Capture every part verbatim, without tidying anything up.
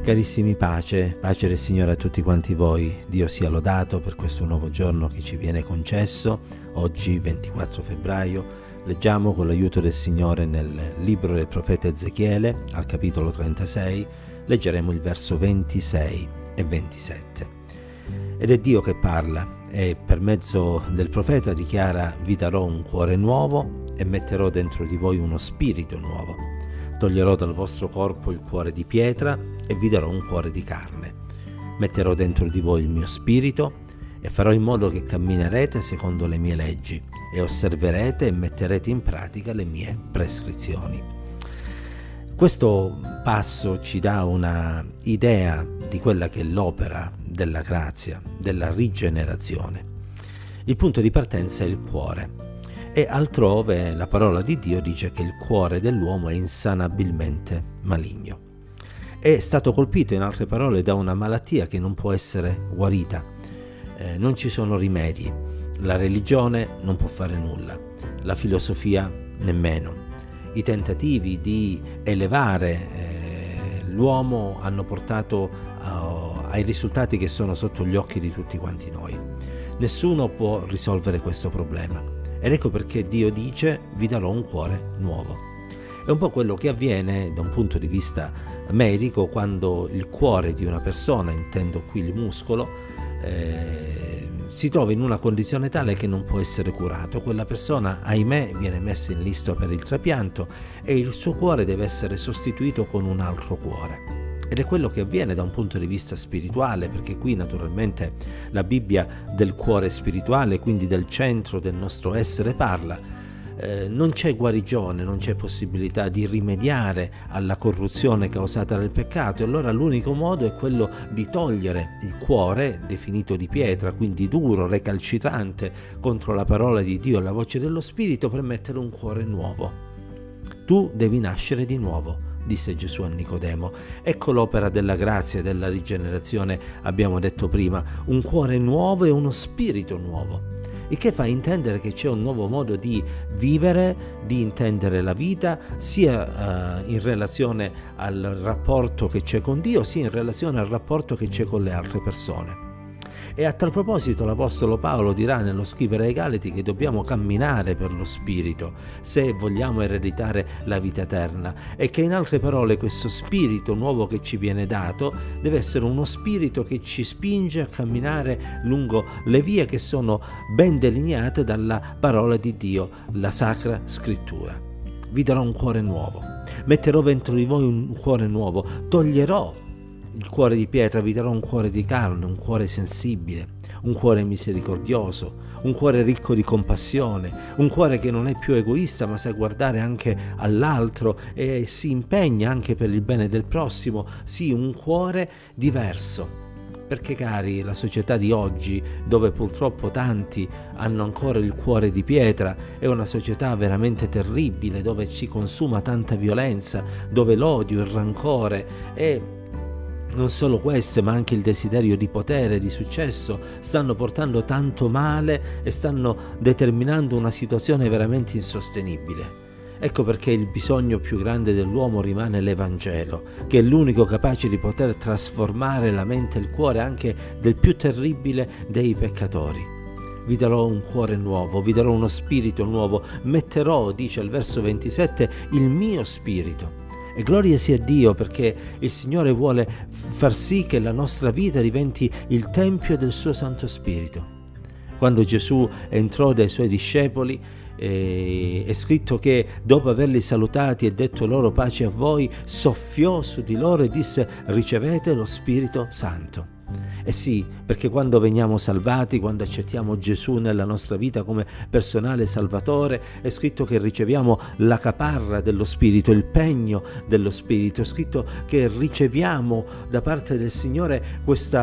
Carissimi, pace, pace del Signore a tutti quanti voi. Dio sia lodato per questo nuovo giorno che ci viene concesso. Oggi, ventiquattro febbraio, leggiamo con l'aiuto del Signore nel libro del profeta Ezechiele, al capitolo trentasei, leggeremo il verso ventisei e ventisette. Ed è Dio che parla e per mezzo del profeta dichiara: vi darò un cuore nuovo e metterò dentro di voi uno spirito nuovo. Toglierò dal vostro corpo il cuore di pietra e vi darò un cuore di carne. Metterò dentro di voi il mio spirito e farò in modo che camminerete secondo le mie leggi e osserverete e metterete in pratica le mie prescrizioni. Questo passo ci dà una idea di quella che è l'opera della grazia, della rigenerazione. Il punto di partenza è il cuore. E altrove la parola di Dio dice che il cuore dell'uomo è insanabilmente maligno. È stato colpito, in altre parole, da una malattia che non può essere guarita. Eh, non ci sono rimedi. La religione non può fare nulla. La filosofia nemmeno. I tentativi di elevare eh, l'uomo hanno portato uh, ai risultati che sono sotto gli occhi di tutti quanti noi. Nessuno può risolvere questo problema. Ed ecco perché Dio dice: vi darò un cuore nuovo. È un po' quello che avviene da un punto di vista medico quando il cuore di una persona, intendo qui il muscolo, eh, si trova in una condizione tale che non può essere curato. Quella persona, ahimè, viene messa in lista per il trapianto e il suo cuore deve essere sostituito con un altro cuore. Ed è quello che avviene da un punto di vista spirituale, perché qui naturalmente la Bibbia del cuore spirituale, quindi del centro del nostro essere, parla. Eh, non c'è guarigione, non c'è possibilità di rimediare alla corruzione causata dal peccato, e allora l'unico modo è quello di togliere il cuore, definito di pietra, quindi duro, recalcitrante contro la parola di Dio e la voce dello Spirito, per mettere un cuore nuovo. Tu devi nascere di nuovo, disse Gesù a Nicodemo. Ecco l'opera della grazia e della rigenerazione, abbiamo detto prima: un cuore nuovo e uno spirito nuovo, il che fa intendere che c'è un nuovo modo di vivere, di intendere la vita, sia uh, in relazione al rapporto che c'è con Dio, sia in relazione al rapporto che c'è con le altre persone. E a tal proposito l'Apostolo Paolo dirà nello scrivere ai Galati che dobbiamo camminare per lo Spirito se vogliamo ereditare la vita eterna, e che in altre parole questo spirito nuovo che ci viene dato deve essere uno spirito che ci spinge a camminare lungo le vie che sono ben delineate dalla parola di Dio, la Sacra Scrittura. Vi darò un cuore nuovo, metterò dentro di voi un cuore nuovo, toglierò il cuore di pietra, vi darò un cuore di carne, un cuore sensibile, un cuore misericordioso, un cuore ricco di compassione, un cuore che non è più egoista ma sa guardare anche all'altro e si impegna anche per il bene del prossimo. Sì, un cuore diverso. Perché, cari, la società di oggi, dove purtroppo tanti hanno ancora il cuore di pietra, è una società veramente terribile, dove si consuma tanta violenza, dove l'odio, il rancore e non solo queste, ma anche il desiderio di potere, di successo, stanno portando tanto male e stanno determinando una situazione veramente insostenibile. Ecco perché il bisogno più grande dell'uomo rimane l'Evangelo, che è l'unico capace di poter trasformare la mente e il cuore anche del più terribile dei peccatori. Vi darò un cuore nuovo, vi darò uno spirito nuovo, metterò, dice al verso ventisette, il mio spirito. E gloria sia a Dio, perché il Signore vuole far sì che la nostra vita diventi il tempio del suo Santo Spirito. Quando Gesù entrò dai suoi discepoli, eh, è scritto che dopo averli salutati e detto loro pace a voi, soffiò su di loro e disse: ricevete lo Spirito Santo. Eh sì, perché quando veniamo salvati, quando accettiamo Gesù nella nostra vita come personale Salvatore, è scritto che riceviamo la caparra dello Spirito, il pegno dello Spirito. È scritto che riceviamo da parte del Signore questo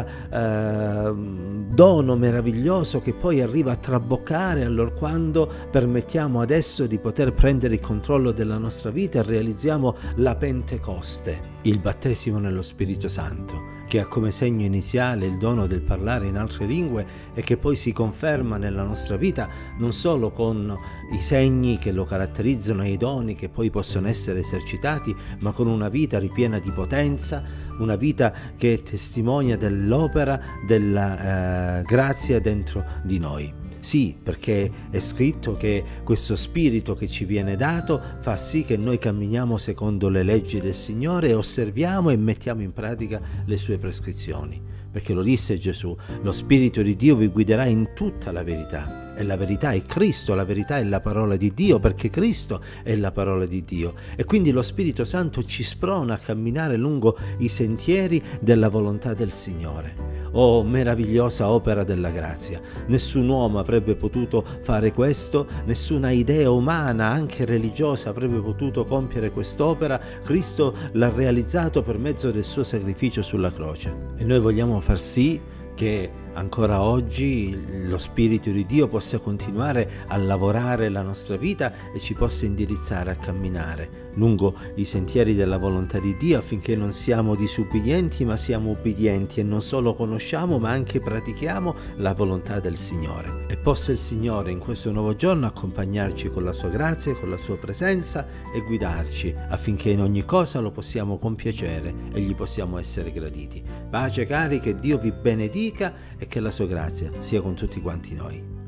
eh, dono meraviglioso che poi arriva a traboccare allorquando permettiamo adesso di poter prendere il controllo della nostra vita e realizziamo la Pentecoste, il battesimo nello Spirito Santo. che ha come segno iniziale il dono del parlare in altre lingue e che poi si conferma nella nostra vita non solo con i segni che lo caratterizzano e i doni che poi possono essere esercitati, ma con una vita ripiena di potenza, una vita che testimonia dell'opera della eh, grazia dentro di noi. Sì, perché è scritto che questo spirito che ci viene dato fa sì che noi camminiamo secondo le leggi del Signore e osserviamo e mettiamo in pratica le sue prescrizioni. Perché lo disse Gesù, lo Spirito di Dio vi guiderà in tutta la verità. E la verità è Cristo, la verità è la parola di Dio, perché Cristo è la parola di Dio. E quindi lo Spirito Santo ci sprona a camminare lungo i sentieri della volontà del Signore. Oh, meravigliosa opera della grazia! Nessun uomo avrebbe potuto fare questo, nessuna idea umana, anche religiosa, avrebbe potuto compiere quest'opera. Cristo l'ha realizzato per mezzo del suo sacrificio sulla croce. E noi vogliamo far sì che ancora oggi lo Spirito di Dio possa continuare a lavorare la nostra vita e ci possa indirizzare a camminare lungo i sentieri della volontà di Dio, affinché non siamo disubbidienti ma siamo ubbidienti e non solo conosciamo ma anche pratichiamo la volontà del Signore. E possa il Signore in questo nuovo giorno accompagnarci con la sua grazia, con la sua presenza e guidarci affinché in ogni cosa lo possiamo compiacere e gli possiamo essere graditi. Pace cari, che Dio vi benedica e che la sua grazia sia con tutti quanti noi.